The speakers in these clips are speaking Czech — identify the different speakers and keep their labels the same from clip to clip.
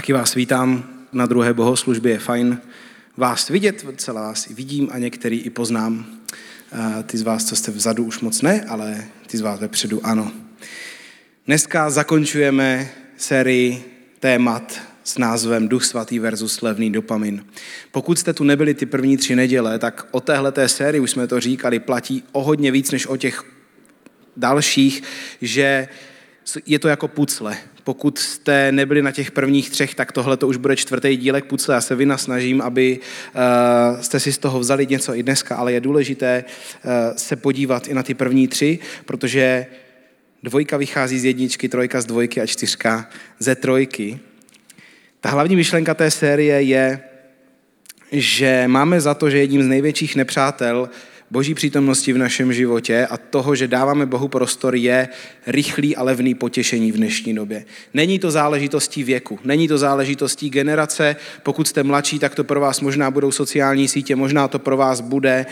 Speaker 1: Taky vás vítám na druhé bohoslužbě. Je fajn vás vidět, celá vás i vidím a některý i poznám. Ty z vás, co jste vzadu, už moc ne, ale ty z vás vepředu ano. Dneska zakončujeme sérii témat s názvem Duch svatý versus levný dopamin. Pokud jste tu nebyli ty první 3 neděle, tak o téhleté sérii, už jsme to říkali, platí o hodně víc než o těch dalších, že je to jako pucle. Pokud jste nebyli na těch prvních 3, tak tohle to už bude 4. dílek pucle. Já se vynasnažím, aby jste si z toho vzali něco i dneska, ale je důležité se podívat i na ty první 3, protože 2 vychází z 1, 3 z 2 a 4 ze 3. Ta hlavní myšlenka té série je, že máme za to, že jedním z největších nepřátel Boží přítomnosti v našem životě a toho, že dáváme Bohu prostor, je rychlý a levný potěšení v dnešní době. Není to záležitostí věku, není to záležitostí generace. Pokud jste mladší, tak to pro vás možná budou sociální sítě, možná to pro vás bude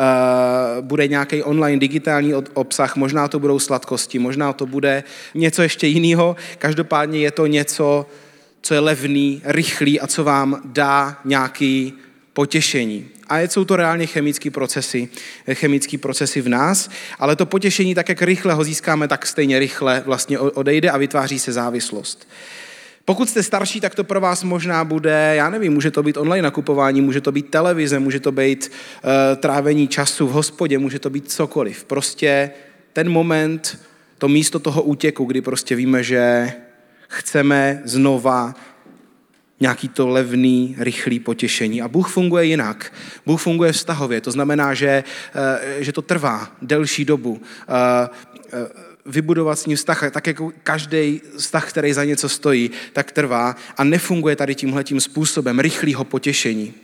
Speaker 1: nějaký online digitální obsah, možná to budou sladkosti, možná to bude něco ještě jiného. Každopádně je to něco, co je levný, rychlý a co vám dá nějaký potěšení. A jsou to reálně chemické procesy v nás, ale to potěšení, tak jak rychle ho získáme, tak stejně rychle vlastně odejde a vytváří se závislost. Pokud jste starší, tak to pro vás možná bude, já nevím, může to být online nakupování, může to být televize, může to být trávení času v hospodě, může to být cokoliv. Prostě ten moment, to místo toho útěku, kdy prostě víme, že chceme znova nějaký to levný, rychlý potěšení. A Bůh funguje jinak. Bůh funguje vztahově. To znamená, že to trvá delší dobu. Vybudovat s ním vztah, tak jako každý vztah, který za něco stojí, tak trvá a nefunguje tady tímhletím způsobem rychlého potěšení.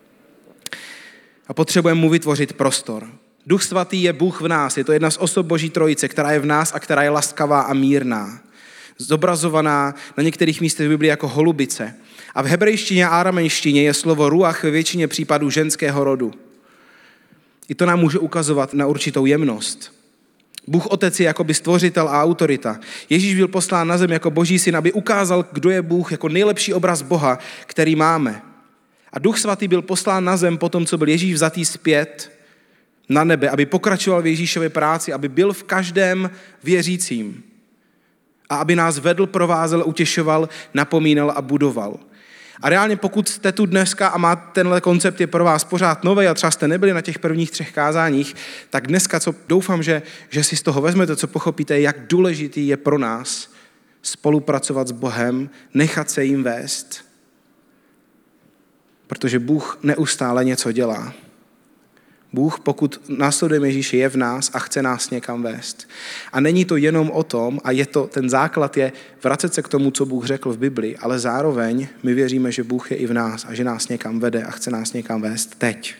Speaker 1: A potřebujeme mu vytvořit prostor. Duch svatý je Bůh v nás. Je to jedna z osob Boží trojice, která je v nás a která je laskavá a mírná. Zobrazovaná na některých místech v Biblii jako holubice. A v hebrejštině a aramejštině je slovo ruach ve většině případů ženského rodu. I to nám může ukazovat na určitou jemnost. Bůh Otec je jakoby stvořitel a autorita. Ježíš byl poslán na zem jako Boží syn, aby ukázal, kdo je Bůh, jako nejlepší obraz Boha, který máme. A Duch svatý byl poslán na zem potom, co byl Ježíš vzatý zpět na nebe, aby pokračoval v Ježíšově práci, aby byl v každém věřícím. A aby nás vedl, provázel, utěšoval, napomínal a budoval. A reálně pokud jste tu dneska a má tenhle koncept je pro vás pořád nový a třeba jste nebyli na těch prvních 3 kázáních, tak dneska, co doufám, že si z toho vezmete, co pochopíte, jak důležitý je pro nás spolupracovat s Bohem, nechat se jim vést, protože Bůh neustále něco dělá. Bůh, pokud následujeme Ježíše, je v nás a chce nás někam vést. A není to jenom o tom, a ten základ je vracet se k tomu, co Bůh řekl v Biblii, ale zároveň my věříme, že Bůh je i v nás a že nás někam vede a chce nás někam vést teď.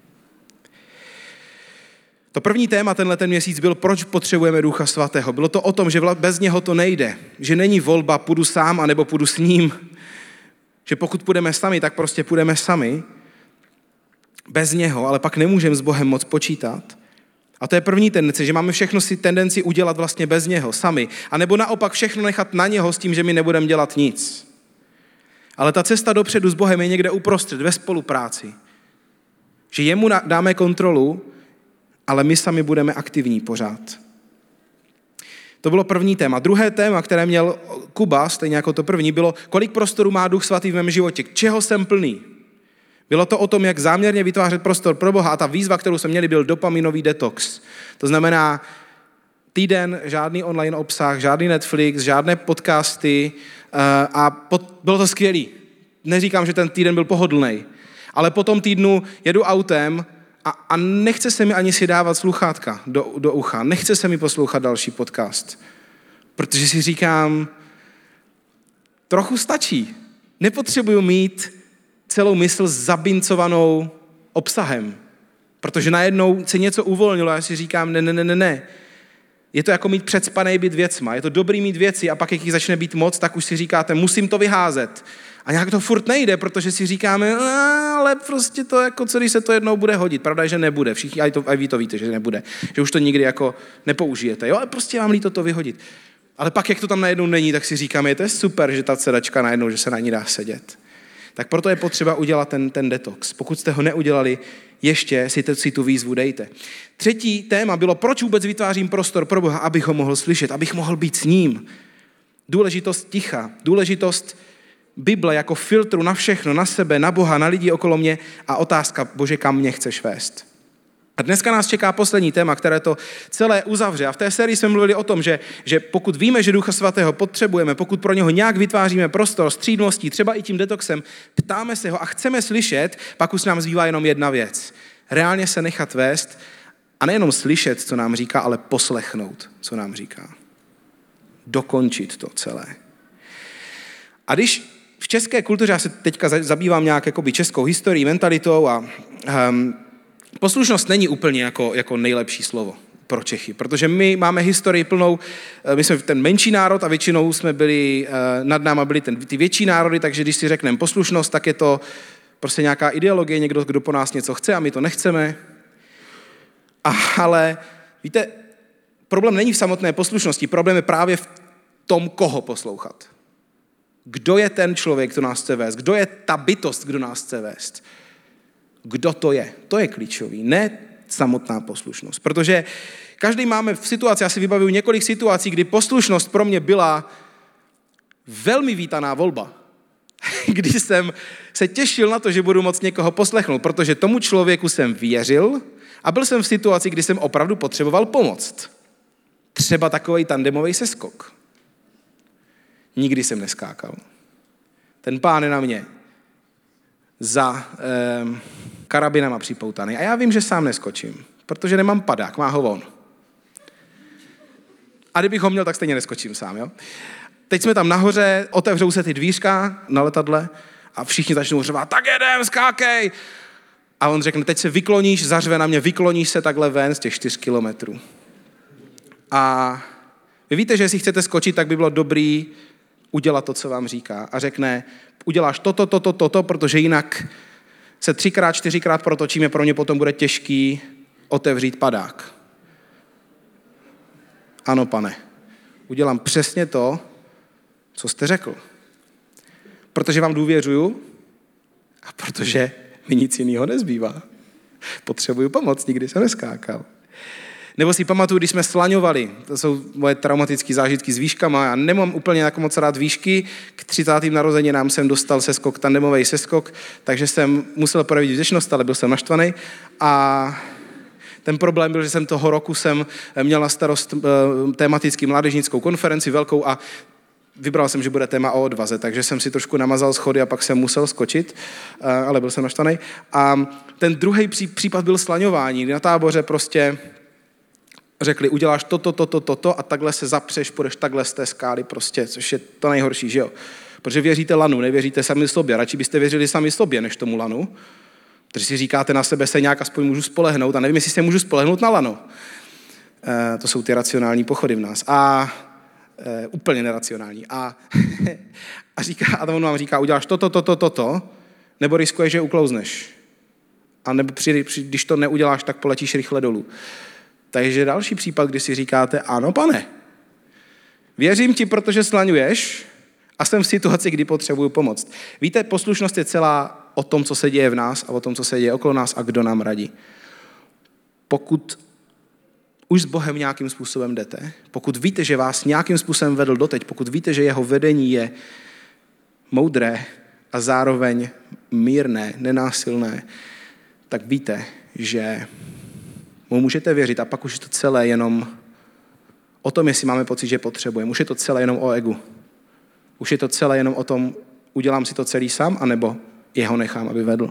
Speaker 1: To první téma tenhle měsíc byl, proč potřebujeme Ducha svatého. Bylo to o tom, že bez něho to nejde, že není volba, půjdu sám anebo půjdu s ním. Že pokud půjdeme sami, tak prostě půjdeme sami, bez něho, ale pak nemůžeme s Bohem moc počítat. A to je první tendence, že máme všechno si tendenci udělat vlastně bez něho, sami. A nebo naopak všechno nechat na něho s tím, že my nebudeme dělat nic. Ale ta cesta dopředu s Bohem je někde uprostřed, ve spolupráci. Že jemu dáme kontrolu, ale my sami budeme aktivní pořád. To bylo první téma. Druhé téma, které měl Kuba, stejně jako to první, bylo, kolik prostoru má Duch svatý v mém životě, čeho jsem plný. Bylo to o tom, jak záměrně vytvářet prostor pro Boha a ta výzva, kterou jsme měli, byl dopaminový detox. To znamená týden, žádný online obsah, žádný Netflix, žádné podcasty bylo to skvělý. Neříkám, že ten týden byl pohodlný, ale po tom týdnu jedu autem a nechce se mi ani si dávat sluchátka do ucha, nechce se mi poslouchat další podcast, protože si říkám, trochu stačí, nepotřebuju mít celou mysl zabincovanou obsahem. Protože najednou se něco uvolnilo a já si říkám, ne. Je to jako mít předspanej byt věcma. Je to dobrý mít věci a pak, jak jich začne být moc, tak už si říkáte, musím to vyházet. A nějak to furt nejde, protože si říkáme, ale prostě to jako, co když se to jednou bude hodit. Pravda je, že nebude. Všichni, a vy to víte, že nebude. Že už to nikdy jako nepoužijete. Jo, ale prostě vám líto to vyhodit. Ale pak, jak to tam najednou není, tak si říkáme, to je super, že ta sedačka najednou, že se na ní dá sedět. Tak proto je potřeba udělat ten detox. Pokud jste ho neudělali, ještě si tu výzvu dejte. Třetí téma bylo, proč vůbec vytvářím prostor pro Boha, abych ho mohl slyšet, abych mohl být s ním. Důležitost ticha, důležitost Bible jako filtru na všechno, na sebe, na Boha, na lidi okolo mě a otázka, Bože, kam mě chceš vést. A dneska nás čeká poslední téma, které to celé uzavře. A v té sérii jsme mluvili o tom, že pokud víme, že Ducha Svatého potřebujeme, pokud pro něho nějak vytváříme prostor, střídností, třeba i tím detoxem, ptáme se ho a chceme slyšet, pak už nám zbývá jenom jedna věc. Reálně se nechat vést a nejenom slyšet, co nám říká, ale poslechnout, co nám říká. Dokončit to celé. A když v české kultuře, já se teďka zabývám nějak jakoby českou historií, mentalitou a poslušnost není úplně jako nejlepší slovo pro Čechy, protože my máme historii plnou, my jsme ten menší národ a většinou jsme byli, nad náma byli ty větší národy, takže když si řekneme poslušnost, tak je to prostě nějaká ideologie, někdo, kdo po nás něco chce a my to nechceme. Ale víte, problém není v samotné poslušnosti, problém je právě v tom, koho poslouchat. Kdo je ten člověk, kdo nás chce vést? Kdo je ta bytost, kdo nás chce vést? Kdo to je? To je klíčový, ne samotná poslušnost. Protože každý máme v situaci, já si vybavuju několik situací, kdy poslušnost pro mě byla velmi vítaná volba. Kdy jsem se těšil na to, že budu moct někoho poslechnout, protože tomu člověku jsem věřil a byl jsem v situaci, kdy jsem opravdu potřeboval pomoct. Třeba takovej tandemový seskok. Nikdy jsem neskákal. Ten pán je na mě za karabinama připoutaný. A já vím, že sám neskočím, protože nemám padák, má ho on. A kdybych ho měl, tak stejně neskočím sám. Jo? Teď jsme tam nahoře, otevřou se ty dvířka na letadle a všichni začnou řvát, tak jedem, skákej! A on řekne, teď se vykloníš, zařve na mě, vykloníš se takhle ven z těch 4 kilometrů. A vy víte, že jestli chcete skočit, tak by bylo dobrý udělat to, co vám říká. A řekne, uděláš toto, protože jinak se 3x, 4x protočíme, pro mě potom bude těžký otevřít padák. Ano, pane, udělám přesně to, co jste řekl. Protože vám důvěřuju a protože mi nic jiného nezbývá. Potřebuju pomoc, nikdy jsem neskákal. Nebo si pamatuju, když jsme slaňovali, to jsou moje traumatické zážitky s výškama, já nemám úplně jako moc rád výšky, k 30. narozeninám jsem dostal seskok, tandemový seskok, takže jsem musel projevit vděčnost, ale byl jsem naštvaný a ten problém byl, že jsem toho roku měl na starost tematický mládežnickou konferenci velkou a vybral jsem, že bude téma o odvaze, takže jsem si trošku namazal schody a pak jsem musel skočit, ale byl jsem naštvaný. A ten druhý případ byl slaňování, kdy na táboře prostě řekli, uděláš toto a takhle se zapřeš, půjdeš takhle z té skály prostě, což je to nejhorší, že jo? Protože věříte lanu, nevěříte sami sobě, radši byste věřili sami sobě, než tomu lanu, protože si říkáte na sebe se nějak aspoň můžu spolehnout a nevím, jestli se můžu spolehnout na lano. To jsou ty racionální pochody v nás. A úplně neracionální. A on vám říká, uděláš toto, nebo riskuješ, že uklouzneš. A nebo když to neuděláš, tak poletíš rychle dolů. Takže další případ, kdy si říkáte, ano, pane, věřím ti, protože slaňuješ a jsem v situaci, kdy potřebuju pomoct. Víte, poslušnost je celá o tom, co se děje v nás a o tom, co se děje okolo nás a kdo nám radí. Pokud už s Bohem nějakým způsobem jdete, pokud víte, že vás nějakým způsobem vedl doteď, pokud víte, že jeho vedení je moudré a zároveň mírné, nenásilné, tak víte, že mu můžete věřit a pak už je to celé jenom o tom, jestli máme pocit, že potřebujeme. Už je to celé jenom o egu. Už je to celé jenom o tom, udělám si to celý sám, anebo jeho nechám, aby vedl.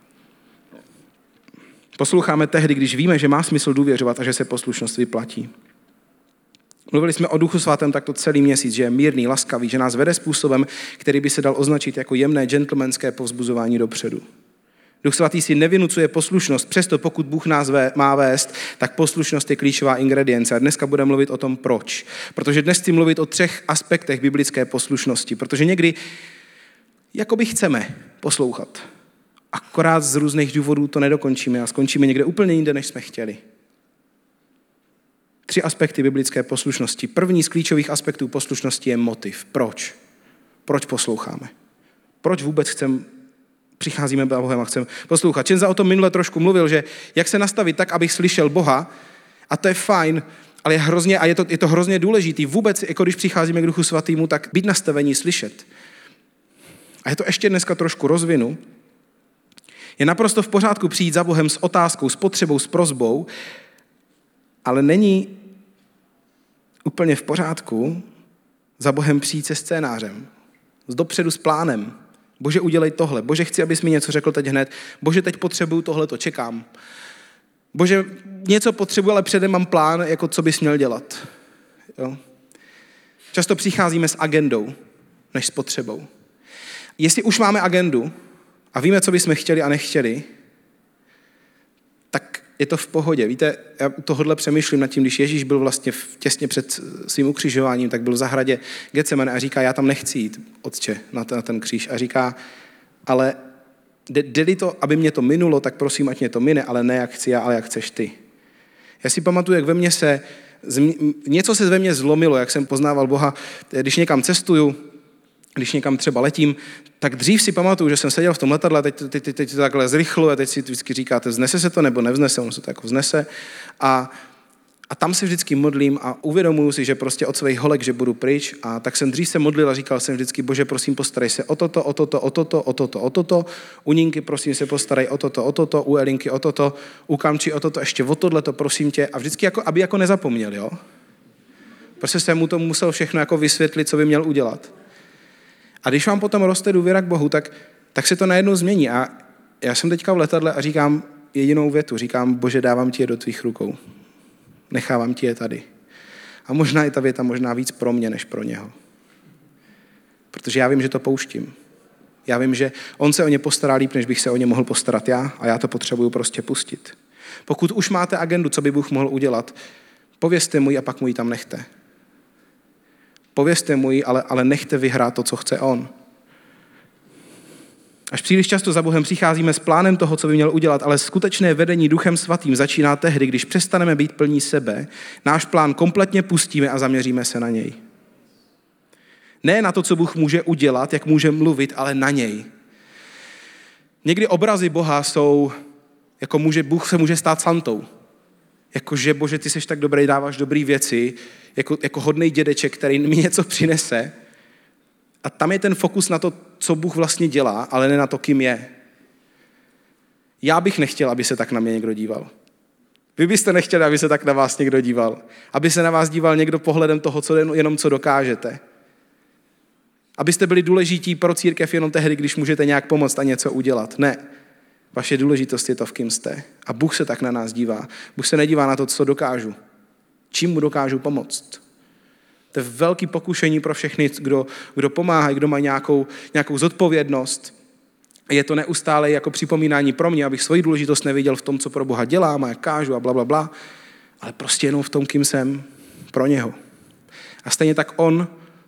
Speaker 1: Posloucháme tehdy, když víme, že má smysl důvěřovat a že se poslušnost vyplatí. Mluvili jsme o Duchu Svatém takto celý měsíc, že je mírný, laskavý, že nás vede způsobem, který by se dal označit jako jemné, gentlemanské povzbuzování dopředu. Duch Svatý si nevynucuje poslušnost, přesto pokud Bůh nás má vést, tak poslušnost je klíčová ingredience. A dneska budeme mluvit o tom, proč. Protože dnes chci mluvit o 3 aspektech biblické poslušnosti. Protože někdy jakoby chceme poslouchat. Akorát z různých důvodů to nedokončíme a skončíme někde úplně jinde, než jsme chtěli. 3 aspekty biblické poslušnosti. První z klíčových aspektů poslušnosti je motiv. Proč? Proč posloucháme? Proč vůbec přicházíme za Bohem a chceme poslouchat? Čenza o tom minule trošku mluvil, že jak se nastavit tak, abych slyšel Boha, a to je fajn, ale je to hrozně důležitý. Vůbec, jako když přicházíme k Duchu Svatýmu, tak být nastavení slyšet. A je to ještě dneska trošku rozvinu. Je naprosto v pořádku přijít za Bohem s otázkou, s potřebou, s prosbou, ale není úplně v pořádku za Bohem přijít se scénářem. Dopředu s plánem. Bože, udělej tohle. Bože, chci, abys mi něco řekl teď hned. Bože, teď potřebuju tohle, to čekám. Bože, něco potřebuji, ale předem mám plán, jako co bys měl dělat. Jo? Často přicházíme s agendou, než s potřebou. Jestli už máme agendu a víme, co bychom chtěli a nechtěli, tak je to v pohodě. Víte, já tohodle přemýšlím nad tím, když Ježíš byl vlastně těsně před svým ukřižováním, tak byl v zahradě Getsemane a říká, já tam nechci jít, Otče, na ten kříž. A říká, ale jde-li to, aby mě to minulo, tak prosím, ať mě to mine, ale ne jak chci já, ale jak chceš ty. Já si pamatuju, jak něco se ve mně zlomilo, jak jsem poznával Boha, když někam cestuju, když někam třeba letím, tak dřív si pamatuju, že jsem seděl v tom letadle a teď to takhle zrychlo a teď si vždycky říkáte, vznese se to nebo nevznese, ono se to jako vznese. A tam se vždycky modlím a uvědomuji si, že prostě od svých holek, že budu pryč. A tak jsem dřív se modlil a říkal jsem vždycky, Bože, prosím, postarej se o toto. U Ninky, prosím, se postarej o toto, u Elinky o toto, u Kamči o toto, ještě o tohleto, prosím tě. A vždycky aby nezapomněl, jo? Prostě jsem mu to musel všechno jako vysvětlit, co by měl udělat. A když vám potom roste důvěra k Bohu, tak se to najednou změní. A já jsem teďka v letadle a říkám jedinou větu. Říkám, Bože, dávám ti je do tvých rukou. Nechávám ti je tady. A možná je ta věta možná víc pro mě, než pro něho. Protože já vím, že to pouštím. Já vím, že on se o ně postará líp, než bych se o ně mohl postarat já a já to potřebuju prostě pustit. Pokud už máte agendu, co by Bůh mohl udělat, povězte mu ji a pak mu ji tam nechte. Povězte mu ji, ale nechte vyhrát to, co chce on. Až příliš často za Bohem přicházíme s plánem toho, co by měl udělat, ale skutečné vedení Duchem Svatým začíná tehdy, když přestaneme být plní sebe, náš plán kompletně pustíme a zaměříme se na něj. Ne na to, co Bůh může udělat, jak může mluvit, ale na něj. Někdy obrazy Boha jsou, jako Bůh se může stát Santou. Jakože, Bože, ty seš tak dobrý, dáváš dobrý věci, jako hodnej dědeček, který mi něco přinese. A tam je ten fokus na to, co Bůh vlastně dělá, ale ne na to, kým je. Já bych nechtěl, aby se tak na mě někdo díval. Vy byste nechtěli, aby se tak na vás někdo díval. Aby se na vás díval někdo pohledem toho, jenom co dokážete. Abyste byli důležití pro církev jenom tehdy, když můžete nějak pomoct a něco udělat. Ne. Vaše důležitost je to, v kým jste. A Bůh se tak na nás dívá. Bůh se nedívá na to, co dokážu. Čím mu dokážu pomoct. To je velký pokušení pro všechny, kdo pomáhá, kdo má nějakou zodpovědnost. Je to neustále jako připomínání pro mě, abych svoji důležitost neviděl v tom, co pro Boha dělám a jak kážu a blablabla, ale prostě jenom v tom, kým jsem pro něho. A stejně tak on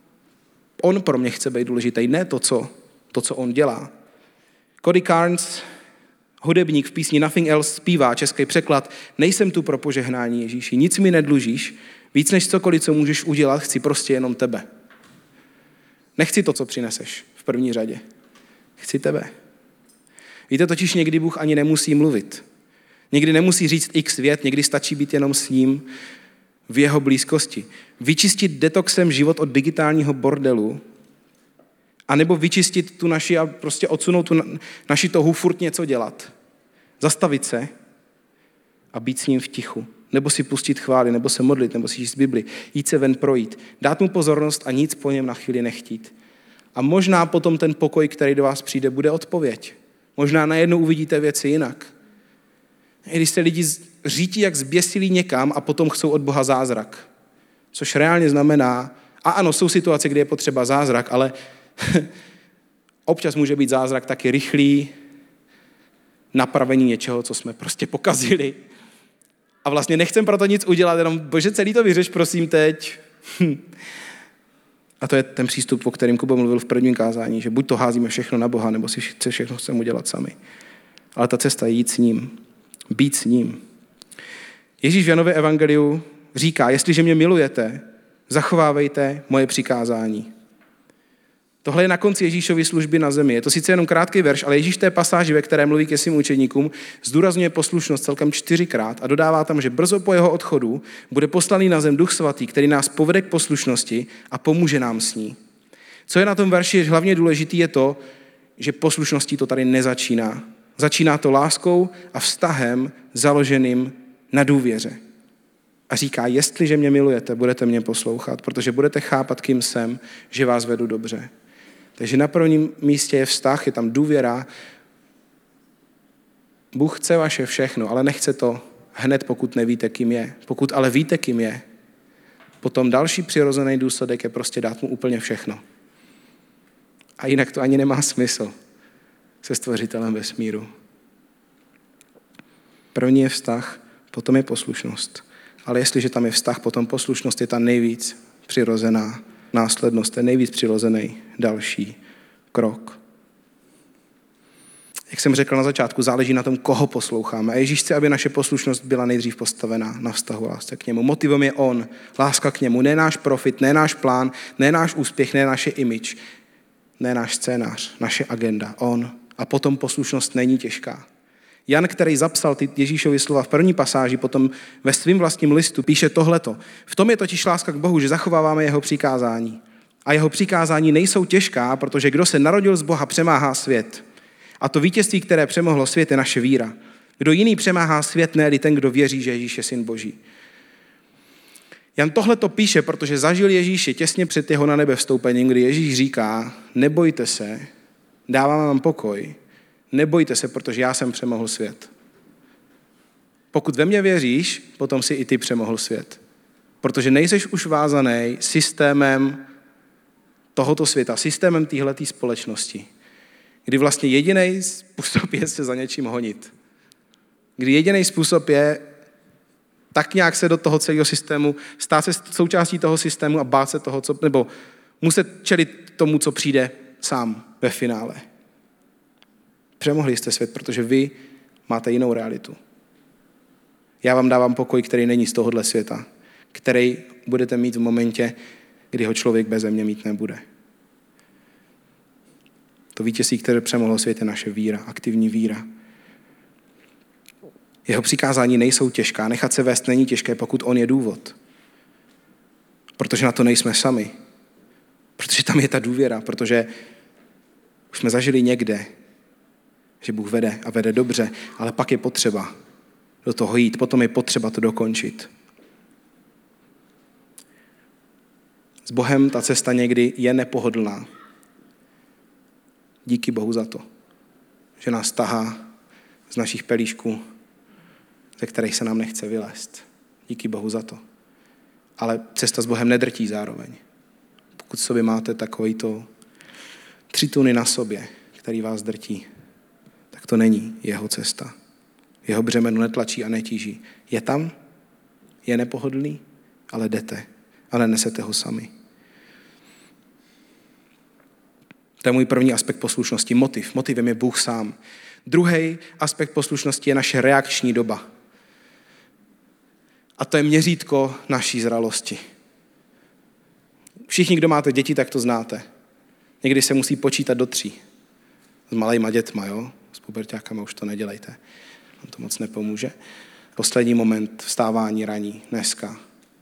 Speaker 1: pro mě chce být důležitý, ne to, co on dělá. Cody Carnes, hudebník v písni Nothing Else, zpívá, český překlad, nejsem tu pro požehnání, Ježíši, nic mi nedlužíš, víc než cokoliv, co můžeš udělat, chci prostě jenom tebe. Nechci to, co přineseš v první řadě. Chci tebe. Víte, totiž někdy Bůh ani nemusí mluvit. Někdy nemusí říct x vět, někdy stačí být jenom s ním v jeho blízkosti. Vyčistit detoxem život od digitálního bordelu, anebo vyčistit tu naši a prostě odsunout tu naši touhu furt něco dělat. Zastavit se a být s ním v tichu. Nebo si pustit chvály, nebo se modlit, nebo si číst Bibli, jít se ven projít, dát mu pozornost a nic po něm na chvíli nechtít. A možná potom ten pokoj, který do vás přijde, bude odpověď. Možná najednou uvidíte věci jinak. I když se lidi řítí jak zběsilí někam a potom chcou od Boha zázrak. Což reálně znamená, a ano, jsou situace, kdy je potřeba zázrak, ale občas může být zázrak taky rychlý, napravení něčeho, co jsme prostě pokazili. A vlastně nechcem proto nic udělat, jenom Bože, celý to vyřeš, prosím, teď. A to je ten přístup, o kterém Kuba mluvil v prvním kázání, že buď to házíme všechno na Boha, nebo si všechno chceme udělat sami. Ale ta cesta je jít s ním, být s ním. Ježíš v Janově evangeliu říká, jestliže mě milujete, zachovávejte moje přikázání. Tohle je na konci Ježíšovy služby na zemi. Je to sice jenom krátký verš, ale Ježíš té pasáži, ve které mluví ke svým učeníkům, zdůrazňuje poslušnost celkem 4krát a dodává tam, že brzo po jeho odchodu bude poslaný na zem Duch Svatý, který nás povede k poslušnosti a pomůže nám s ní. Co je na tom verši hlavně důležitý, je to, že poslušností to tady nezačíná. Začíná to láskou a vztahem založeným na důvěře. A říká, jestliže mě milujete, budete mě poslouchat, protože budete chápat, kým jsem, že vás vedu dobře. Takže na prvním místě je vztah, je tam důvěra. Bůh chce vaše všechno, ale nechce to hned, pokud nevíte, kým je. Pokud ale víte, kým je, potom další přirozený důsledek je prostě dát mu úplně všechno. A jinak to ani nemá smysl se stvořitelem vesmíru. První je vztah, potom je poslušnost. Ale jestliže tam je vztah, potom poslušnost je ta nejvíc přirozená následnost, ten nejvíc přirozený další krok. Jak jsem řekl na začátku, záleží na tom, koho posloucháme. A Ježíš chce, aby naše poslušnost byla nejdřív postavená na vztahu lásce k němu. Motivem je on, láska k němu, ne náš profit, ne náš plán, ne náš úspěch, ne naše image, ne náš scénář, naše agenda, on. A potom poslušnost není těžká. Jan, který zapsal ty Ježíšovy slova v první pasáži, potom ve svém vlastním listu píše tohleto. V tom je totiž láska k Bohu, že zachováváme jeho přikázání. A jeho přikázání nejsou těžká, protože kdo se narodil z Boha, přemáhá svět. A to vítězství, které přemohlo svět, je naše víra. Kdo jiný přemáhá svět, ne-li ten, kdo věří, že Ježíš je syn Boží. Jan tohleto píše, protože zažil Ježíše těsně před jeho na nebe vstoupením, kdy Ježíš říká, nebojte se, dávám vám pokoj, nebojte se, protože já jsem přemohl svět. Pokud ve mě věříš, potom si i ty přemohl svět. Protože nejseš už vázaný systémem tohoto světa, systémem téhletý společnosti, kdy vlastně jediný způsob je se za něčím honit. Kdy jediný způsob je tak nějak se do toho celého systému, stát se součástí toho systému a bát se toho, nebo muset čelit tomu, co přijde sám ve finále. Přemohli jste svět, protože vy máte jinou realitu. Já vám dávám pokoj, který není z tohohle světa, který budete mít v momentě, kdy ho člověk beze mě mít nebude. To vítězství, které přemohlo svět, je naše víra, aktivní víra. Jeho přikázání nejsou těžká, nechat se vést není těžké, pokud on je důvod. Protože na to nejsme sami. Protože tam je ta důvěra, protože už jsme zažili někde, že Bůh vede a vede dobře, ale pak je potřeba do toho jít, potom je potřeba to dokončit. S Bohem ta cesta někdy je nepohodlná. Díky Bohu za to, že nás tahá z našich pelíšků, ze kterých se nám nechce vylézt. Díky Bohu za to. Ale cesta s Bohem nedrtí zároveň. Pokud v sobě máte takovýto 3 tuny na sobě, který vás drtí, tak to není jeho cesta. Jeho břemeno netlačí a netíží. Je tam, je nepohodlný, ale jdete a nenesete ho sami. To je můj první aspekt poslušnosti, motiv. Motivem je Bůh sám. Druhý aspekt poslušnosti je naše reakční doba. A to je měřítko naší zralosti. Všichni, kdo máte děti, tak to znáte. Někdy se musí počítat do 3. S malejma dětma, jo? S puberťákama už to nedělejte. Vám to moc nepomůže. Poslední moment vstávání raní, dneska.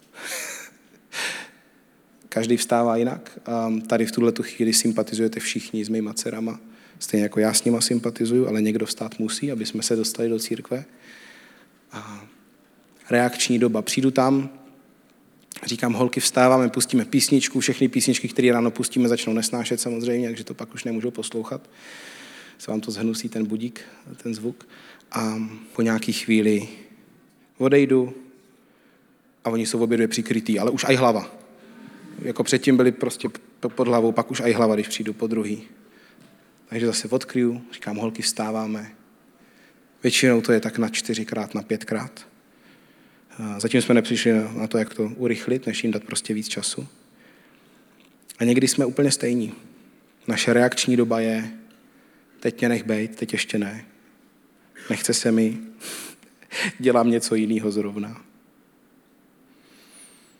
Speaker 1: Každý vstává jinak. Tady v tuhletu chvíli sympatizujete všichni s mýma dcerama. Stejně jako já s nima sympatizuju, ale někdo vstát musí, aby jsme se dostali do církve. A reakční doba. Přijdu tam, říkám, holky, vstáváme, pustíme písničku, všechny písničky, které ráno pustíme, začnou nesnášet samozřejmě, takže to pak už nemůžou poslouchat. Se vám to zhnusí ten budík, ten zvuk. A po nějaký chvíli odejdu a oni jsou v obědě přikrytý, ale už aj hlava. Jako předtím byli prostě pod hlavou, pak už aj hlava, když přijdu po druhý. Takže zase odkryju, říkám, holky, vstáváme. Většinou to je tak na 4x, na 5x. Zatím jsme nepřišli na to, jak to urychlit, než jim dát prostě víc času. A někdy jsme úplně stejní. Naše reakční doba je, teď mě nech bejt, teď ještě ne. Nechce se mi, dělám něco jiného zrovna.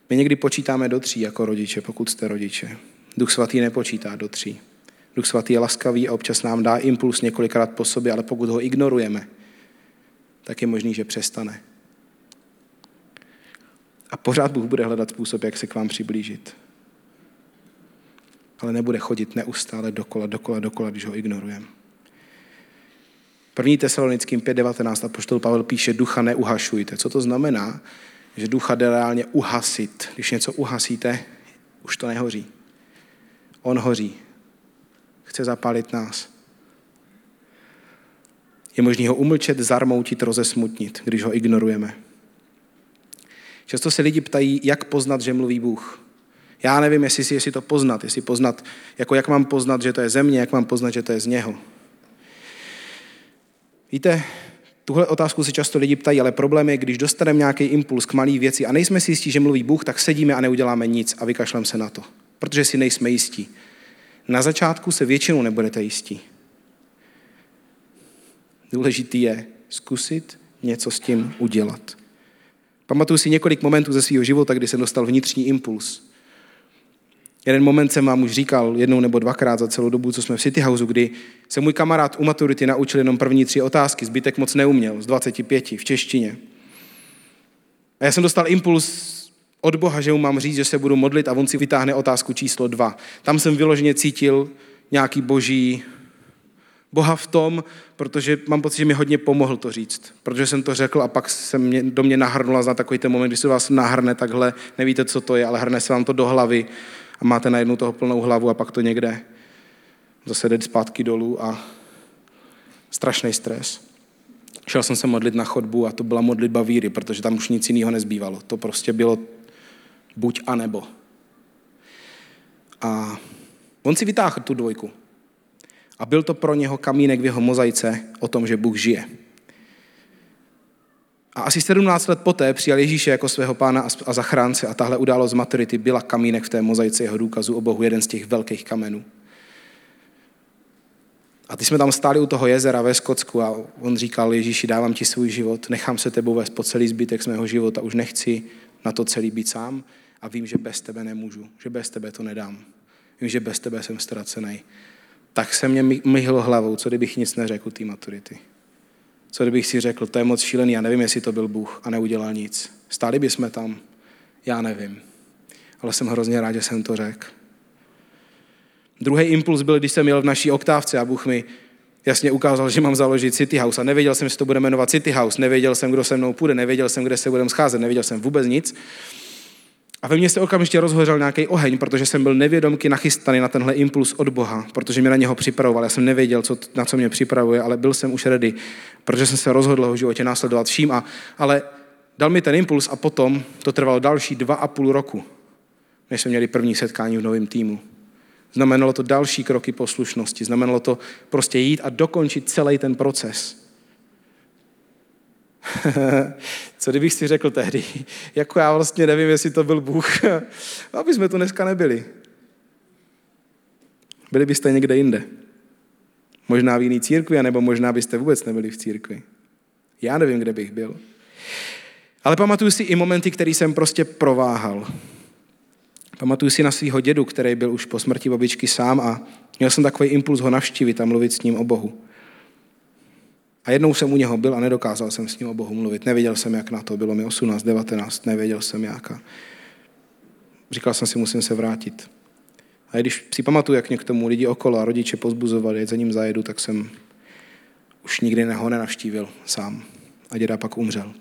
Speaker 1: My někdy počítáme do 3 jako rodiče, pokud jste rodiče. Duch svatý nepočítá do 3. Duch svatý je laskavý a občas nám dá impuls několikrát po sobě, ale pokud ho ignorujeme, tak je možný, že přestane. A pořád Bůh bude hledat způsob, jak se k vám přiblížit. Ale nebude chodit neustále dokola, když ho ignorujeme. 1. Tesalonickým 5:19 apoštol Pavel píše, ducha neuhašujte. Co to znamená? Že ducha jde reálně uhasit. Když něco uhasíte, už to nehoří. On hoří. Chce zapálit nás. Je možný ho umlčet, zarmoutit, rozesmutnit, když ho ignorujeme. Často se lidi ptají, jak poznat, že mluví Bůh. Já nevím, jestli to poznat, jako jak mám poznat, že to je ze mě, jak mám poznat, že to je z něho. Víte, tuhle otázku si často lidi ptají, ale problém je, když dostaneme nějaký impuls k malý věci a nejsme si jistí, že mluví Bůh, tak sedíme a neuděláme nic a vykašleme se na to, protože si nejsme jistí. Na začátku se většinou nebudete jistí. Důležitý je zkusit něco s tím udělat. Pamatuju si několik momentů ze svého života, kdy jsem dostal vnitřní impuls. Jeden moment jsem vám už říkal 1 nebo 2krát za celou dobu, co jsme v City Houseu, kdy se můj kamarád u maturity naučil jenom první 3 otázky, zbytek moc neuměl, z 25 v češtině. A já jsem dostal impuls od Boha, že mu mám říct, že se budu modlit a on si vytáhne otázku číslo 2. Tam jsem vyloženě cítil nějaký Boha v tom, protože mám pocit, že mi hodně pomohl to říct. Protože jsem to řekl a pak se do mě nahrnula za takový ten moment, když se vás nahrne takhle, nevíte, co to je, ale hrne se vám to do hlavy a máte najednou toho plnou hlavu a pak to někde zase jde zpátky dolů a strašný stres. Šel jsem se modlit na chodbu a to byla modlitba víry, protože tam už nic jiného nezbývalo. To prostě bylo buď a nebo. A on si vytáhl tu 2. A byl to pro něho kamínek v jeho mozaice o tom, že Bůh žije. A asi 17 let poté přijal Ježíše jako svého pána a zachránce a tahle událost z maturity byla kamínek v té mozaice jeho důkazu o Bohu, jeden z těch velkých kamenů. A ty jsme tam stáli u toho jezera ve Skotsku a on říkal, Ježíši, dávám ti svůj život, nechám se tebou vést po celý zbytek z mého života, už nechci na to celý být sám a vím, že bez tebe nemůžu, že bez tebe to nedám. Vím, že bez tebe jsem ztracený. Tak se mě myhlo hlavou, co kdybych nic neřekl té maturity. Co kdybych si řekl, to je moc šílený, já nevím, jestli to byl Bůh a neudělal nic. Stáli bychom tam, já nevím. Ale jsem hrozně rád, že jsem to řekl. Druhý impuls byl, když jsem jel v naší oktávce a Bůh mi jasně ukázal, že mám založit City House a nevěděl jsem, že to bude jmenovat City House, nevěděl jsem, kdo se mnou půjde, nevěděl jsem, kde se budeme scházet, nevěděl jsem vůbec nic. A ve mně se okamžitě rozhořel nějaký oheň, protože jsem byl nevědomky nachystaný na tenhle impuls od Boha, protože mě na něho připravoval. Já jsem nevěděl, na co mě připravuje, ale byl jsem už ready, protože jsem se rozhodl ho v životě následovat vším. Ale dal mi ten impuls a potom to trvalo další 2,5 roku, než jsme měli první setkání v novém týmu. Znamenalo to další kroky poslušnosti, znamenalo to prostě jít a dokončit celý ten proces. Co kdybych si řekl tehdy, jako já vlastně nevím, jestli to byl Bůh, aby jsme tu dneska nebyli. Byli byste někde jinde. Možná v jiný církvi, nebo možná byste vůbec nebyli v církvi. Já nevím, kde bych byl. Ale pamatuju si i momenty, který jsem prostě prováhal. Pamatuju si na svého dědu, který byl už po smrti babičky sám a měl jsem takový impuls ho navštívit a mluvit s ním o Bohu. A jednou jsem u něho byl a nedokázal jsem s ním o Bohu mluvit. Nevěděl jsem, jak na to. Bylo mi 18, 19, nevěděl jsem jak. A říkal jsem si, musím se vrátit. A když si pamatuju, jak mě k tomu lidi okolo a rodiče pozbuzovali, za ním zajedu, tak jsem už nikdy ho nenavštívil sám. A děda pak umřel.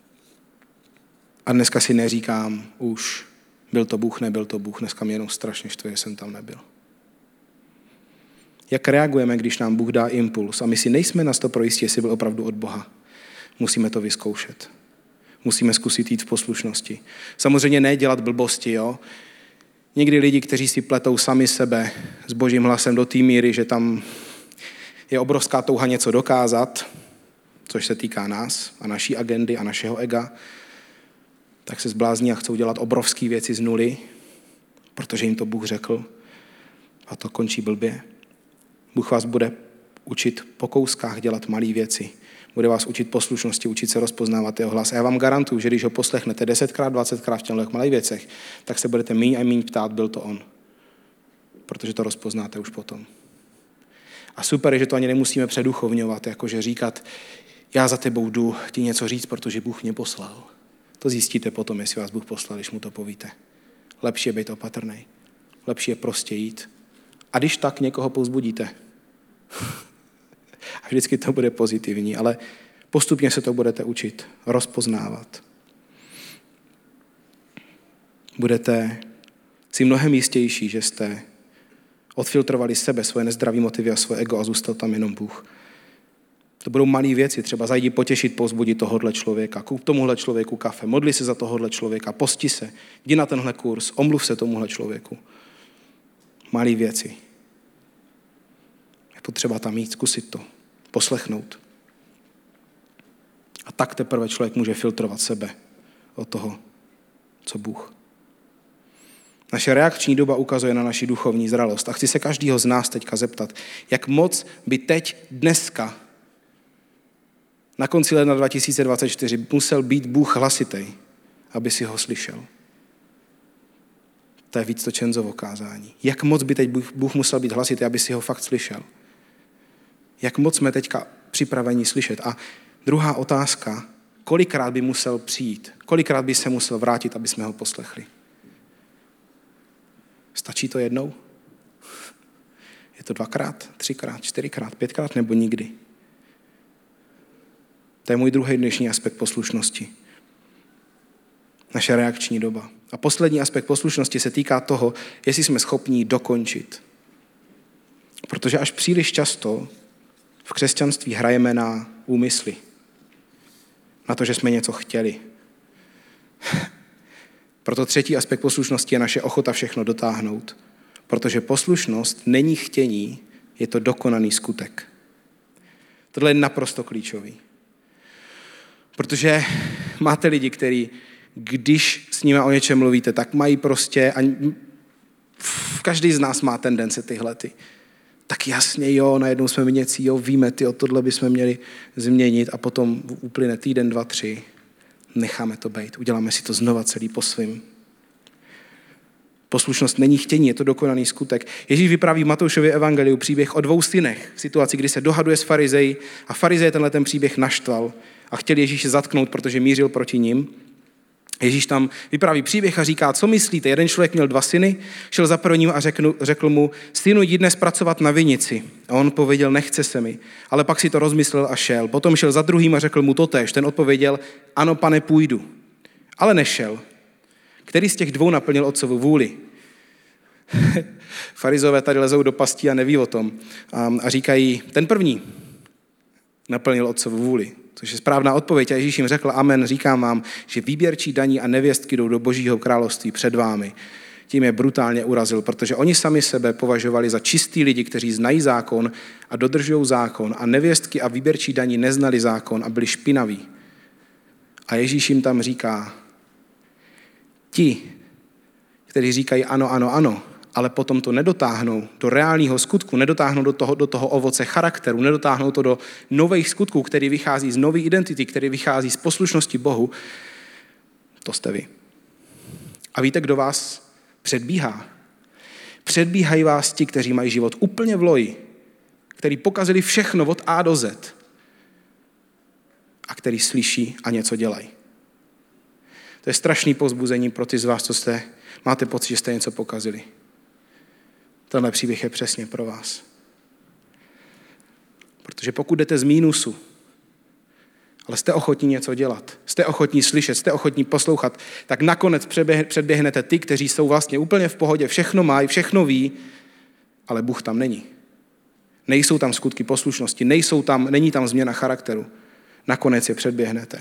Speaker 1: A dneska si neříkám už, byl to Bůh, nebyl to Bůh. Dneska mě jenom strašně štve, že jsem tam nebyl. Jak reagujeme, když nám Bůh dá impuls a my si nejsme na 100% jistí, jestli byl opravdu od Boha. Musíme to vyzkoušet. Musíme zkusit jít v poslušnosti. Samozřejmě ne dělat blbosti, jo. Někdy lidi, kteří si pletou sami sebe s Božím hlasem do té míry, že tam je obrovská touha něco dokázat, což se týká nás a naší agendy a našeho ega, tak se zblázní a chcou dělat obrovské věci z nuly, protože jim to Bůh řekl a to končí blbě. Bůh vás bude učit po kouskách dělat malé věci. Bude vás učit poslušnosti, učit se rozpoznávat jeho hlas. A já vám garantuju, že když ho poslechnete 10krát, 20krát v těchto malých věcech, tak se budete míň a míň ptát, byl to on. Protože to rozpoznáte už potom. A super je, že to ani nemusíme předuchovňovat, jakože říkat, já za tebou jdu ti něco říct, protože Bůh mě poslal. To zjistíte potom, jestli vás Bůh poslal, když mu to povíte. Lepší je být opatrnej. Lepší je prostě jít. A když tak někoho povzbudíte. A vždycky to bude pozitivní, ale postupně se to budete učit, rozpoznávat. Budete si mnohem jistější, že jste odfiltrovali sebe, svoje nezdravé motivy a svoje ego a zůstal tam jenom Bůh. To budou malé věci, třeba zajdi potěšit, povzbudit tohohle člověka, kup tomuhle člověku kafe, modli se za tohohle člověka, posti se, jdi na tenhle kurz, omluv se tomuhle člověku. Malé věci. Je potřeba tam jít, zkusit to, poslechnout. A tak teprve člověk může filtrovat sebe od toho, co Bůh. Naše reakční doba ukazuje na naši duchovní zralost. A chci se každýho z nás teďka zeptat, jak moc by teď, dneska, na konci ledna 2024 musel být Bůh hlasitej, aby si ho slyšel. To je víc to Čenzovo kázání. Jak moc by teď Bůh musel být hlasitý, aby si ho fakt slyšel. Jak moc jsme teďka připraveni slyšet. A druhá otázka, kolikrát by musel přijít, kolikrát by se musel vrátit, aby jsme ho poslechli. Stačí to jednou? Je to 2krát, 3krát, 4krát, 5krát nebo nikdy? To je můj druhý dnešní aspekt poslušnosti. Naše reakční doba. A poslední aspekt poslušnosti se týká toho, jestli jsme schopni dokončit. Protože až příliš často v křesťanství hrajeme na úmysly. Na to, že jsme něco chtěli. Proto třetí aspekt poslušnosti je naše ochota všechno dotáhnout. Protože poslušnost není chtění, je to dokonaný skutek. Tohle je naprosto klíčový. Protože máte lidi, kteří, když s nimi o něčem mluvíte, tak mají prostě, každý z nás má tendence tyhlety. Tak jasně, jo, najednou jsme něcí, jo, víme, tohle bychom měli změnit a potom uplyne týden, 2, 3, necháme to být, uděláme si to znova celý po svým. Poslušnost není chtění, je to dokonaný skutek. Ježíš vypráví v Matoušově evangeliu příběh o 2 synech v situaci, kdy se dohaduje s farizeji a farizej ten příběh naštval a chtěl Ježíše zatknout, protože mířil proti nim. Ježíš tam vypráví příběh a říká, co myslíte? Jeden člověk měl 2 syny, šel za prvním a řekl mu, synu, jdi dnes pracovat na vinici. A on odpověděl, nechce se mi. Ale pak si to rozmyslel a šel. Potom šel za druhým a řekl mu totéž. Ten odpověděl, ano, pane, půjdu. Ale nešel. Který z těch 2 naplnil otcovu vůli? Farizové tady lezou do pastí a neví o tom. A říkají, ten první naplnil otcovu vůli. Což je správná odpověď. A Ježíš jim řekl, amen, říkám vám, že výběrčí daní a nevěstky jdou do Božího království před vámi. Tím je brutálně urazil, protože oni sami sebe považovali za čistý lidi, kteří znají zákon a dodržují zákon a nevěstky a výběrčí daní neznali zákon a byli špinaví. A Ježíš jim tam říká, ti, kteří říkají ano, ano, ano, ale potom to nedotáhnou do reálního skutku, nedotáhnou do toho ovoce charakteru, nedotáhnou to do nových skutků, který vychází z nové identity, který vychází z poslušnosti Bohu, to jste vy. A víte, kdo vás předbíhá? Předbíhají vás ti, kteří mají život úplně v loji, kteří pokazili všechno od A do Z a který slyší a něco dělají. To je strašný povzbuzení pro ty z vás, co máte pocit, že jste něco pokazili. Tenhle příběh je přesně pro vás. Protože pokud jdete z mínusu, ale jste ochotní něco dělat, jste ochotní slyšet, jste ochotní poslouchat, tak nakonec předběhnete ty, kteří jsou vlastně úplně v pohodě, všechno mají, všechno ví, ale Bůh tam není. Nejsou tam skutky poslušnosti, není tam změna charakteru. Nakonec je předběhnete.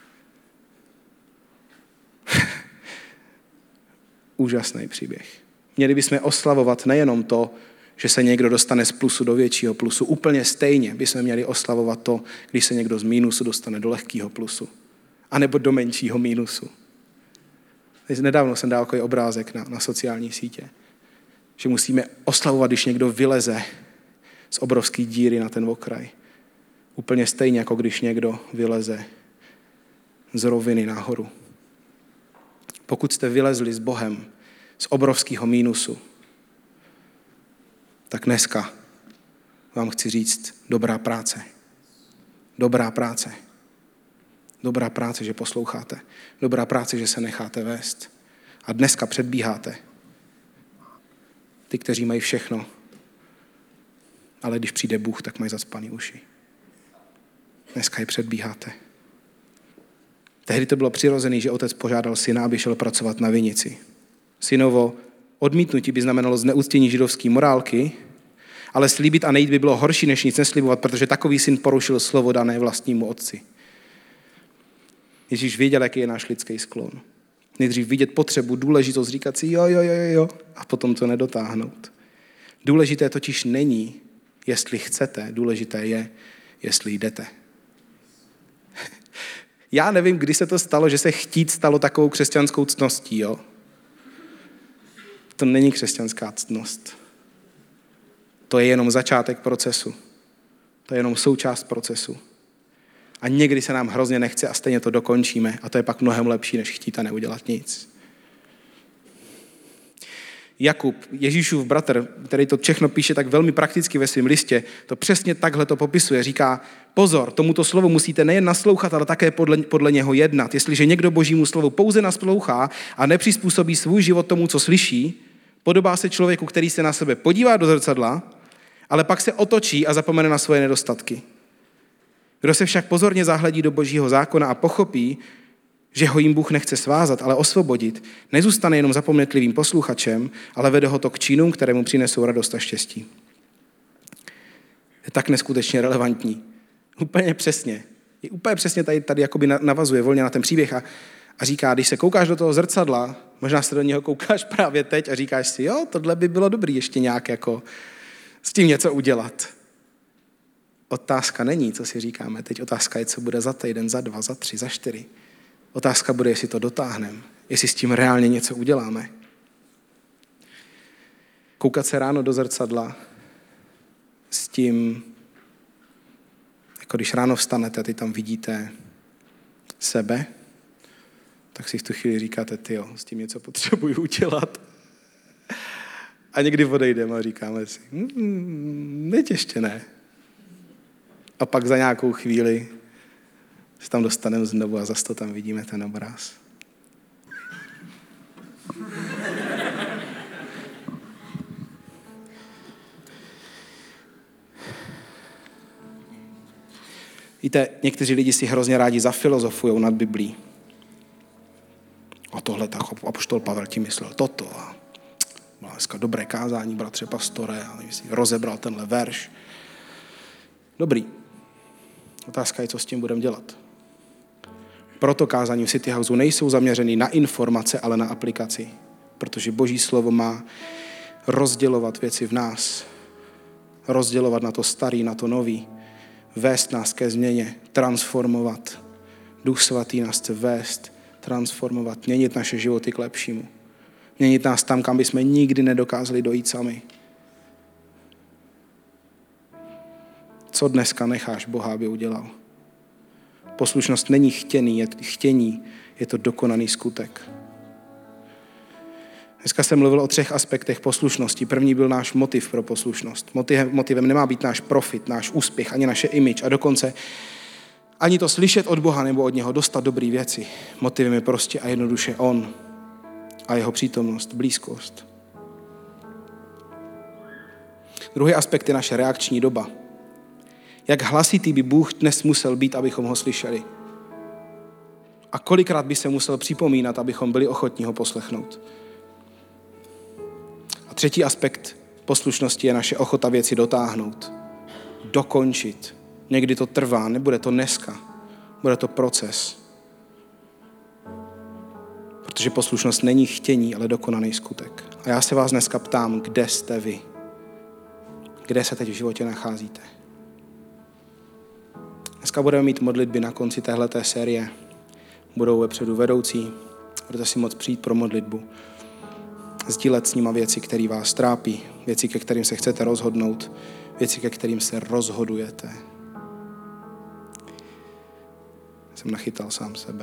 Speaker 1: Úžasný příběh. Měli bychom oslavovat nejenom to, že se někdo dostane z plusu do většího plusu. Úplně stejně bychom měli oslavovat to, když se někdo z mínusu dostane do lehkého plusu. A nebo do menšího mínusu. Nedávno jsem dal takový obrázek na sociální sítě, že musíme oslavovat, když někdo vyleze z obrovské díry na ten okraj. Úplně stejně, jako když někdo vyleze z roviny nahoru. Pokud jste vylezli s Bohem z obrovského mínusu, tak dneska vám chci říct dobrá práce. Dobrá práce. Dobrá práce, že posloucháte. Dobrá práce, že se necháte vést. A dneska předbíháte. Ty, kteří mají všechno. Ale když přijde Bůh, tak mají zacpaný uši. Dneska je předbíháte. Tehdy to bylo přirozené, že otec požádal syna, aby šel pracovat na vinici. Synovo odmítnutí by znamenalo zneuctění židovské morálky, ale slíbit a nejít by bylo horší, než nic neslibovat, protože takový syn porušil slovo dané vlastnímu otci. Ježíš věděl, jaký je náš lidský sklon. Nejdřív vidět potřebu, důležitost, říkat si jo, a potom to nedotáhnout. Důležité totiž není, jestli chcete, důležité je, jestli jdete. Já nevím, kdy se to stalo, že se chtít stalo takovou křesťanskou ctností, jo? To není křesťanská ctnost. To je jenom začátek procesu. To je jenom součást procesu. A někdy se nám hrozně nechce a stejně to dokončíme. A to je pak mnohem lepší, než chtít a neudělat nic. Jakub, Ježíšův bratr, který to všechno píše tak velmi prakticky ve svém listě, to přesně takhle to popisuje. Říká, pozor, tomuto slovu musíte nejen naslouchat, ale také podle něho jednat. Jestliže někdo Božímu slovu pouze naslouchá a nepřizpůsobí svůj život tomu, co slyší, podobá se člověku, který se na sebe podívá do zrcadla, ale pak se otočí a zapomene na svoje nedostatky. Kdo se však pozorně zahledí do Božího zákona a pochopí, že ho jim Bůh nechce svázat, ale osvobodit, nezůstane jenom zapomnětlivým posluchačem, ale vede ho to k činům, které mu přinesou radost a štěstí. Je tak neskutečně relevantní. Úplně přesně. Je úplně přesně tady jakoby navazuje volně na ten příběh a říká, když se koukáš do toho zrcadla, možná se do něho koukáš právě teď a říkáš si, jo, tohle by bylo dobrý ještě nějak jako s tím něco udělat. Otázka není, co si říkáme teď. Otázka je, co bude za týden, za 2, za 3, za 4. Otázka bude, jestli to dotáhneme, jestli s tím reálně něco uděláme. Koukat se ráno do zrcadla s tím, jako když ráno vstanete a ty tam vidíte sebe, tak si v tu chvíli říkáte, tyjo, s tím něco potřebuju udělat. A někdy odejdeme a říkáme si, teď ještě ne. A pak za nějakou chvíli se tam dostaneme znovu a zase to tam vidíme, ten obraz. Víte, někteří lidi si hrozně rádi zafilozofujou nad Biblí. A tohle tak apoštol Pavel tím myslel toto. A bylo dneska dobré kázání, bratře pastore, a rozebral tenhle verš. Dobrý. Otázka je, co s tím budeme dělat. Proto kázání v City Houseu nejsou zaměřený na informace, ale na aplikaci. Protože Boží slovo má rozdělovat věci v nás. Rozdělovat na to starý, na to nový. Vést nás ke změně, transformovat. Duch svatý nás chce vést, transformovat, měnit naše životy k lepšímu. Měnit nás tam, kam bychom nikdy nedokázali dojít sami. Co dneska necháš Boha, aby udělal? Poslušnost není chtění, je to dokonaný skutek. Dneska jsem mluvil o 3 aspektech poslušnosti. První byl náš motiv pro poslušnost. Motivem nemá být náš profit, náš úspěch, ani naše image a dokonce ani to slyšet od Boha nebo od něho dostat dobré věci. Motivem je prostě a jednoduše on a jeho přítomnost, blízkost. Druhý aspekt je naše reakční doba. Jak hlasitý by Bůh dnes musel být, abychom ho slyšeli. A kolikrát by se musel připomínat, abychom byli ochotní ho poslechnout. A třetí aspekt poslušnosti je naše ochota věci dotáhnout. Dokončit. Někdy to trvá, nebude to dneska. Bude to proces. Protože poslušnost není chtění, ale dokonaný skutek. A já se vás dneska ptám, kde jste vy? Kde se teď v životě nacházíte? Dneska budeme mít modlitby na konci téhleté série. Budou vepředu vedoucí. Budete si moct přijít pro modlitbu. Sdílet s nima věci, které vás trápí. Věci, ke kterým se chcete rozhodnout. Věci, ke kterým se rozhodujete. jsem nachytal sám sebe.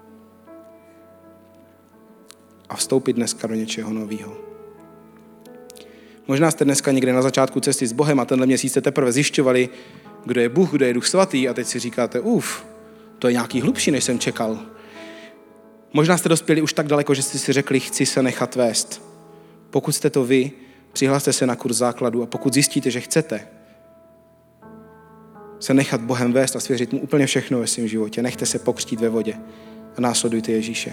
Speaker 1: A vstoupit dneska do něčeho nového. Možná jste dneska někde na začátku cesty s Bohem a tenhle měsíc jste teprve zjišťovali, kdo je Bůh, kdo je Duch Svatý a teď si říkáte, to je nějaký hlubší, než jsem čekal. Možná jste dospěli už tak daleko, že jste si řekli, chci se nechat vést. Pokud jste to vy, přihlaste se na kurz základu a pokud zjistíte, že chcete se nechat Bohem vést a svěřit mu úplně všechno ve svém životě, nechte se pokřtít ve vodě a následujte Ježíše.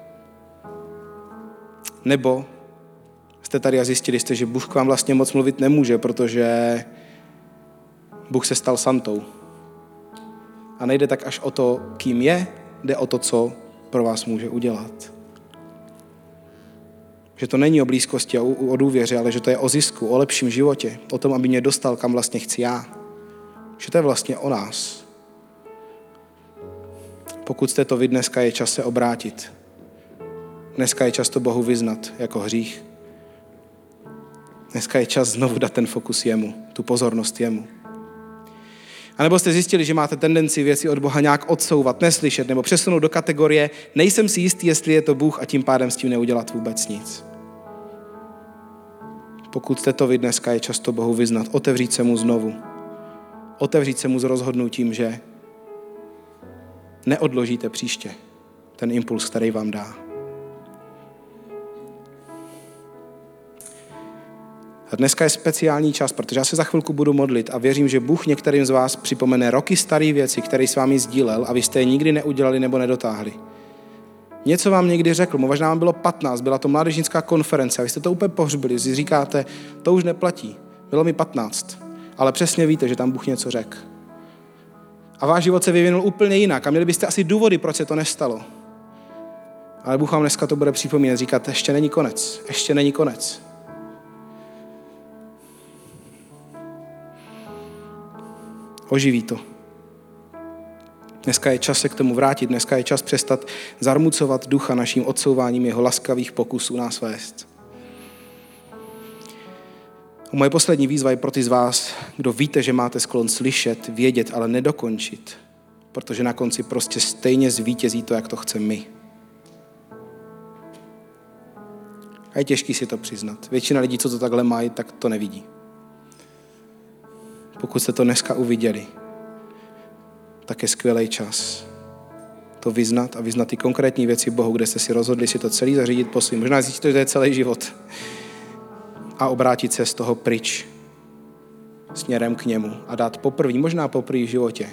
Speaker 1: Nebo jste tady a zjistili jste, že Bůh k vám vlastně moc mluvit nemůže, protože Bůh se stal Santou. A nejde tak až o to, kým je, jde o to, co pro vás může udělat. Že to není o blízkosti a o důvěře, ale že to je o zisku, o lepším životě, o tom, aby mě dostal, kam vlastně chci já. Že to je vlastně o nás. Pokud jste to vy, dneska je čas se obrátit. Dneska je čas to Bohu vyznat jako hřích. Dneska je čas znovu dát ten fokus jemu, tu pozornost jemu. A nebo jste zjistili, že máte tendenci věci od Boha nějak odsouvat, neslyšet nebo přesunout do kategorie nejsem si jistý, jestli je to Bůh a tím pádem s tím neudělat vůbec nic. Pokud jste to vy, dneska je čas to Bohu vyznat, otevřít se mu znovu. Otevřít se mu s rozhodnutím, že neodložíte příště ten impuls, který vám dá. A dneska je speciální čas, protože já se za chvilku budu modlit a věřím, že Bůh některým z vás připomene roky staré věci, které s vámi sdílel a vy jste je nikdy neudělali nebo nedotáhli. Něco vám někdy řekl, možná vám bylo 15, byla to mládežnická konference a vy jste to úplně pohřbili, si říkáte, to už neplatí, bylo mi 15, ale přesně víte, že tam Bůh něco řekl. A váš život se vyvinul úplně jinak a měli byste asi důvody, proč se to nestalo. Ale Bůh vám dneska to bude připomínat, říkat, ještě není konec, ještě není konec. Oživí to. Dneska je čas se k tomu vrátit, dneska je čas přestat zarmucovat ducha naším odsouváním jeho laskavých pokusů nás vést. Moje poslední výzva je pro ty z vás, kdo víte, že máte sklon slyšet, vědět, ale nedokončit, protože na konci prostě stejně zvítězí to, jak to chceme my. A je těžký si to přiznat. Většina lidí, co to takhle mají, tak to nevidí. Pokud jste to dneska uviděli, tak je skvělý čas to vyznat a vyznat ty konkrétní věci Bohu, kde jste si rozhodli si to celý zařídit po svým. Možná zjistíte, že to je celý život. A obrátit se z toho pryč směrem k němu a dát možná poprvé v životě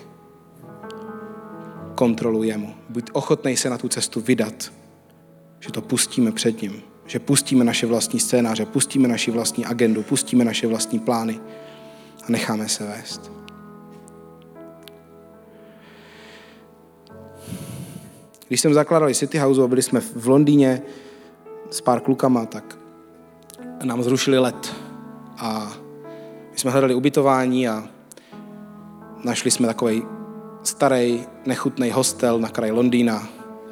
Speaker 1: kontrolu jemu. Buď ochotnej se na tu cestu vydat, že to pustíme před ním, že pustíme naše vlastní scénáře, pustíme naši vlastní agendu, pustíme naše vlastní plány a necháme se vést. Když jsem zakládali City House a byli jsme v Londýně s pár klukama, tak nám zrušili let. A my jsme hledali ubytování a našli jsme takovej starý, nechutný hostel na kraji Londýna,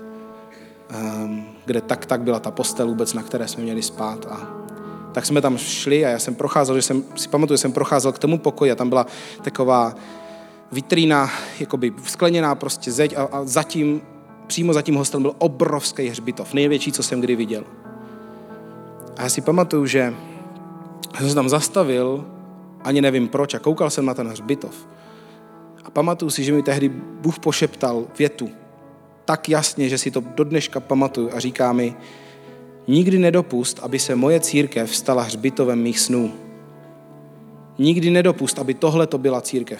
Speaker 1: kde tak byla ta postel vůbec, na které jsme měli spát. A tak jsme tam šli a já jsem procházel, že jsem procházel k tomu pokoji a tam byla taková vitrína, jakoby skleněná prostě zeď a přímo za tím hostelem byl obrovský hřbitov, největší, co jsem kdy viděl. A já si pamatuju, že jsem se tam zastavil, ani nevím proč, a koukal jsem na ten hřbitov. A pamatuju si, že mi tehdy Bůh pošeptal větu tak jasně, že si to do dneška pamatuju a říká mi, nikdy nedopust, aby se moje církev stala hřbitovem mých snů. Nikdy nedopust, aby tohle to byla církev.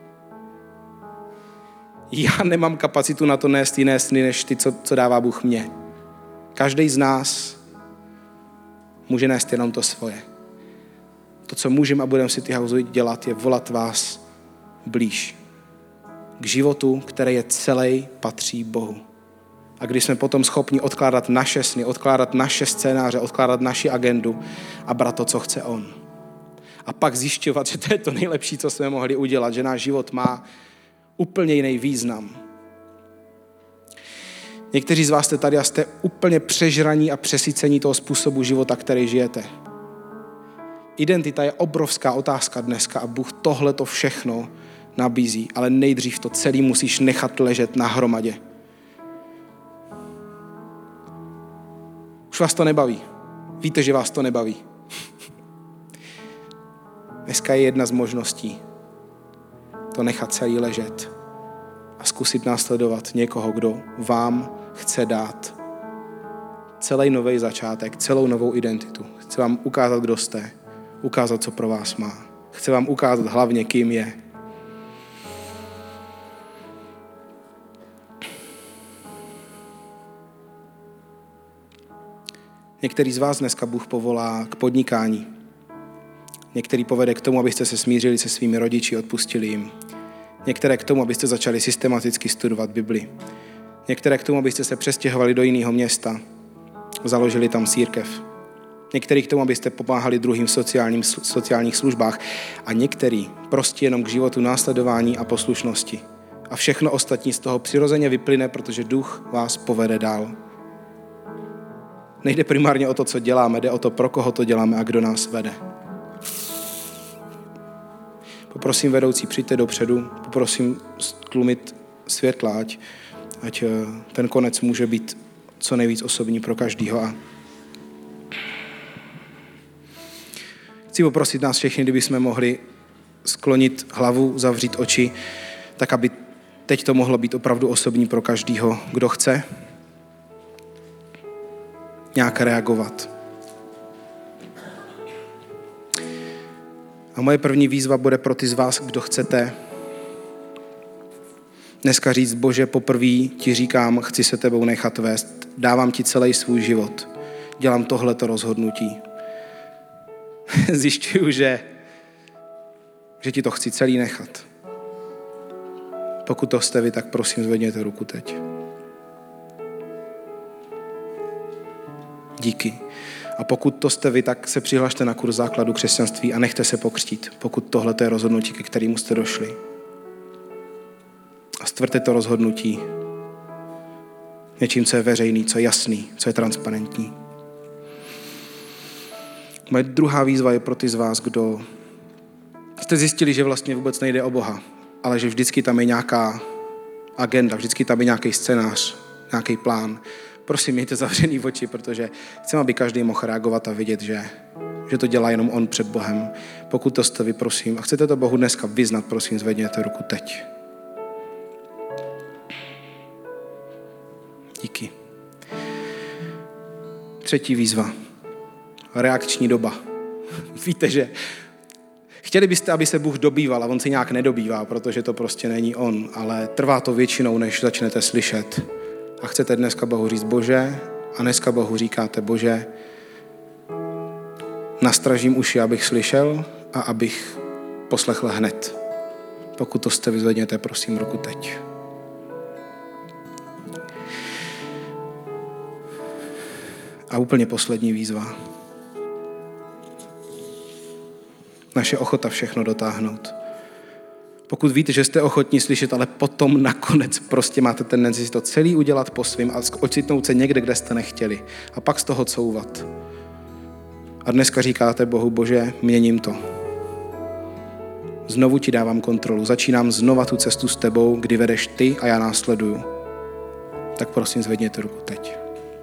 Speaker 1: Já nemám kapacitu na to nést jiné sny, než ty, co dává Bůh mně. Každý z nás může nést jenom to svoje. To, co můžeme a budeme si City House dělat, je volat vás blíž. K životu, který je celý patří Bohu. A když jsme potom schopni odkládat naše sny, odkládat naše scénáře, odkládat naši agendu a brát to, co chce on. A pak zjišťovat, že to je to nejlepší, co jsme mohli udělat, že náš život má úplně jiný význam. Někteří z vás jste tady a jste úplně přežraní a přesycení toho způsobu života, který žijete. Identita je obrovská otázka dneska a Bůh tohleto všechno nabízí, ale nejdřív to celý musíš nechat ležet na hromadě. Už vás to nebaví. Víte, že vás to nebaví. Dneska je jedna z možností to nechat celý ležet a zkusit následovat někoho, kdo vám chce dát celý nový začátek, celou novou identitu. Chce vám ukázat, kdo jste, ukázat, co pro vás má. Chce vám ukázat hlavně, kým je. Některý z vás dneska Bůh povolá k podnikání. Některý povede k tomu, abyste se smířili se svými rodiči, odpustili jim. Některé k tomu, abyste začali systematicky studovat Bibli. Některé k tomu, abyste se přestěhovali do jiného města, založili tam církev. Některý k tomu, abyste pomáhali druhým v sociálních službách. A některý prostě jenom k životu následování a poslušnosti. A všechno ostatní z toho přirozeně vyplyne, protože Duch vás povede dál. Nejde primárně o to, co děláme, jde o to, pro koho to děláme a kdo nás vede. Poprosím vedoucí, přijďte dopředu, poprosím stlumit světla, ať ten konec může být co nejvíc osobní pro každýho. A chci poprosit nás všechny, kdybychom mohli sklonit hlavu, zavřít oči, tak aby teď to mohlo být opravdu osobní pro každýho, kdo chce nějak reagovat. A moje první výzva bude pro ty z vás, kdo chcete dneska říct: Bože, poprvé ti říkám, chci se tebou nechat vést, dávám ti celý svůj život, dělám tohleto rozhodnutí. Zjišťuju, že ti to chci celý nechat. Pokud to jste vy, tak prosím zvedněte ruku teď. Díky. A pokud to jste vy, tak se přihlašte na kurz základu křesťanství a nechte se pokřtít, pokud tohle je rozhodnutí, ke kterému jste došli. A stvrďte to rozhodnutí něčím, co je veřejný, co je jasný, co je transparentní. Moje druhá výzva je pro ty z vás, kdo jste zjistili, že vlastně vůbec nejde o Boha, ale že vždycky tam je nějaká agenda, vždycky tam je nějaký scénář, nějaký plán. Prosím, mějte zavřený oči, protože chcem, aby každý mohl reagovat a vidět, že to dělá jenom on před Bohem. Pokud to jste vy, prosím, a chcete to Bohu dneska vyznat, prosím, zvedněte ruku teď. Díky. Třetí výzva. Reakční doba. Víte, že chtěli byste, aby se Bůh dobýval a on se nějak nedobývá, protože to prostě není on, ale trvá to většinou, než začnete slyšet. A chcete dneska Bohu říct: Bože, a dneska Bohu říkáte: Bože, nastražím uši, abych slyšel a abych poslechl hned. Pokud to jste, vyzvedněte prosím ruku teď. A úplně poslední výzva. Naše ochota všechno dotáhnout. Pokud víte, že jste ochotní slyšet, ale potom nakonec prostě máte tendenci si to celý udělat po svým a ocitnout se někde, kde jste nechtěli. A pak z toho couvat. A dneska říkáte Bohu: Bože, měním to. Znovu ti dávám kontrolu. Začínám znova tu cestu s tebou, kdy vedeš ty a já následuju. Tak prosím, zvedněte ruku teď.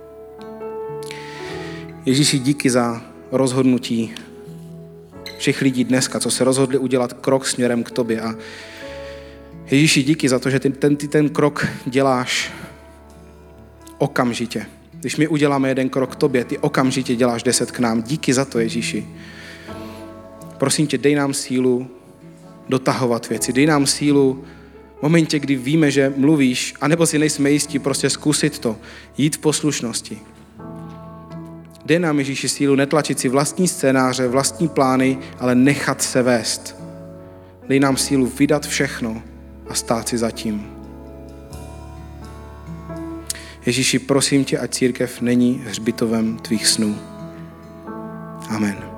Speaker 1: Ježíši, díky za rozhodnutí všech lidí dneska, co se rozhodli udělat krok směrem k tobě. A Ježíši, díky za to, že ty ten krok děláš okamžitě. Když my uděláme jeden krok k tobě, ty okamžitě děláš 10 k nám. Díky za to, Ježíši. Prosím tě, dej nám sílu dotahovat věci. Dej nám sílu v momentě, kdy víme, že mluvíš, anebo si nejsme jistí, prostě zkusit to. Jít v poslušnosti. Dej nám, Ježíši, sílu netlačit si vlastní scénáře, vlastní plány, ale nechat se vést. Dej nám sílu vydat všechno a stát si za tím. Ježíši, prosím tě, ať církev není hřbitovem tvých snů. Amen.